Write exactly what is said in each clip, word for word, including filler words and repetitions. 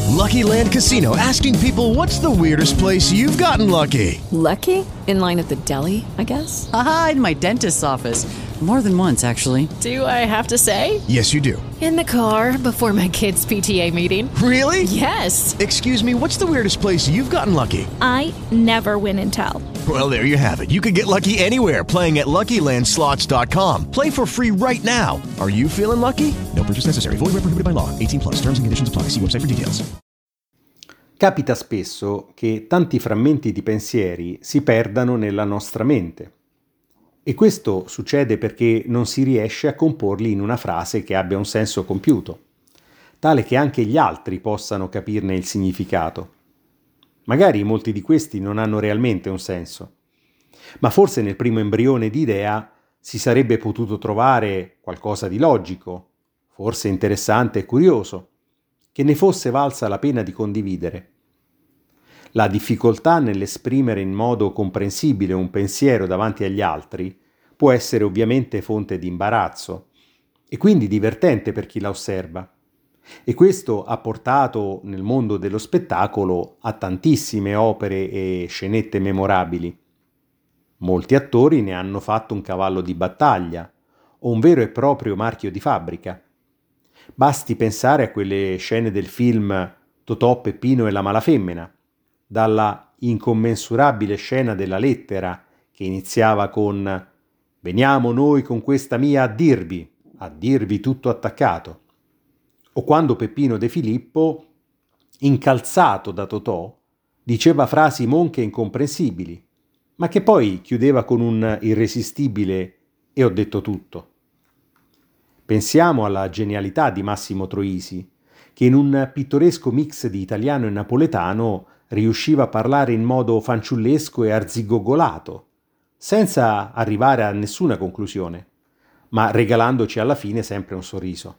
Lucky Land Casino, asking people, what's the weirdest place you've gotten lucky? Lucky? In line at the deli, I guess? Aha, in my dentist's office. More than once, actually. Do I have to say? Yes, you do. In the car before my kids' P T A meeting. Really? Yes. Excuse me, what's the weirdest place you've gotten lucky? I never win and tell. Well, there you have it. You can get lucky anywhere, playing at Lucky Land Slots dot com. Play for free right now. Are you feeling lucky? No purchase necessary. Void where prohibited by law. eighteen plus. Terms and conditions apply. See website for details. Capita spesso che tanti frammenti di pensieri si perdano nella nostra mente. E questo succede perché non si riesce a comporli in una frase che abbia un senso compiuto, tale che anche gli altri possano capirne il significato. Magari molti di questi non hanno realmente un senso, ma forse nel primo embrione di idea si sarebbe potuto trovare qualcosa di logico, forse interessante e curioso, che ne fosse valsa la pena di condividere. La difficoltà nell'esprimere in modo comprensibile un pensiero davanti agli altri può essere ovviamente fonte di imbarazzo e quindi divertente per chi la osserva. E questo ha portato nel mondo dello spettacolo a tantissime opere e scenette memorabili. Molti attori ne hanno fatto un cavallo di battaglia o un vero e proprio marchio di fabbrica. Basti pensare a quelle scene del film Totò, Peppino e la Malafemmina, dalla incommensurabile scena della lettera che iniziava con «Veniamo noi con questa mia a dirvi, a dirvi tutto attaccato», o quando Peppino De Filippo, incalzato da Totò, diceva frasi monche incomprensibili, ma che poi chiudeva con un irresistibile «e ho detto tutto». Pensiamo alla genialità di Massimo Troisi, che in un pittoresco mix di italiano e napoletano riusciva a parlare in modo fanciullesco e arzigogolato, senza arrivare a nessuna conclusione, ma regalandoci alla fine sempre un sorriso.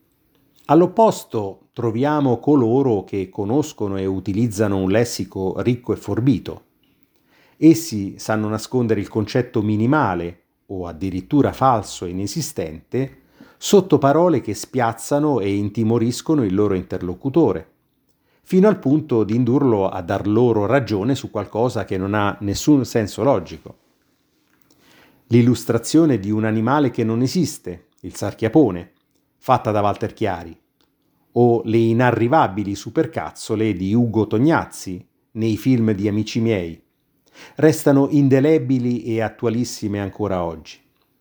All'opposto troviamo coloro che conoscono e utilizzano un lessico ricco e forbito. Essi sanno nascondere il concetto minimale o addirittura falso e inesistente sotto parole che spiazzano e intimoriscono il loro interlocutore, fino al punto di indurlo a dar loro ragione su qualcosa che non ha nessun senso logico. L'illustrazione di un animale che non esiste, il sarchiapone, fatta da Walter Chiari, o le inarrivabili supercazzole di Ugo Tognazzi nei film di Amici miei, restano indelebili e attualissime ancora oggi.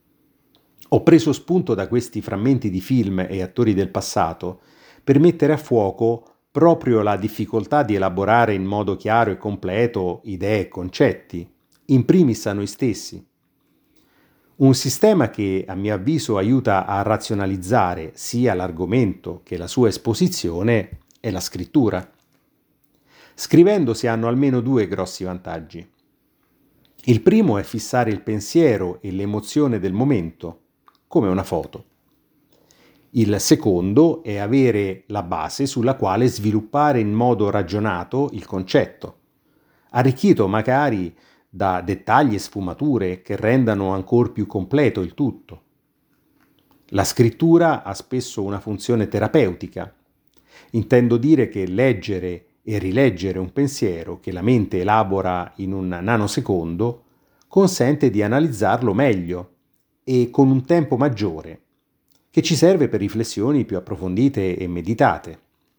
Ho preso spunto da questi frammenti di film e attori del passato per mettere a fuoco proprio la difficoltà di elaborare in modo chiaro e completo idee e concetti, in primis a noi stessi. Un sistema che, a mio avviso, aiuta a razionalizzare sia l'argomento che la sua esposizione è la scrittura. Scrivendo si hanno almeno due grossi vantaggi. Il primo è fissare il pensiero e l'emozione del momento, come una foto. Il secondo è avere la base sulla quale sviluppare in modo ragionato il concetto, arricchito magari da dettagli e sfumature che rendano ancor più completo il tutto. La scrittura ha spesso una funzione terapeutica. Intendo dire che leggere e rileggere un pensiero che la mente elabora in un nanosecondo consente di analizzarlo meglio e con un tempo maggiore, che ci serve per riflessioni più approfondite e meditate.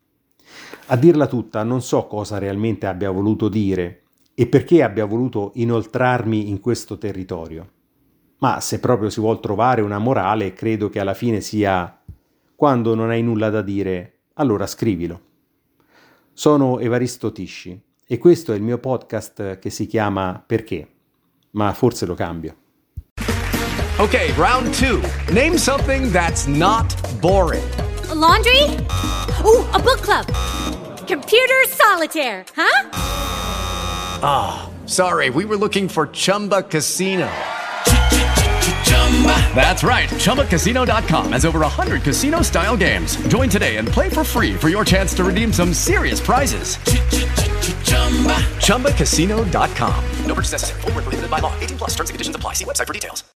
A dirla tutta, non so cosa realmente abbia voluto dire e perché abbia voluto inoltrarmi in questo territorio, ma se proprio si vuol trovare una morale, credo che alla fine sia: quando non hai nulla da dire, allora scrivilo. Sono Evaristo Tisci e questo è il mio podcast che si chiama Perché, ma forse lo cambio. Okay, round two. Name something that's not boring. A laundry? Ooh, a book club. Computer solitaire, huh? Ah, oh, sorry, we were looking for Chumba Casino. That's right, Chumba Casino dot com has over one hundred casino-style games. Join today and play for free for your chance to redeem some serious prizes. Chumba Casino dot com. No purchase necessary. Void where prohibited by law. eighteen plus terms and conditions apply. See website for details.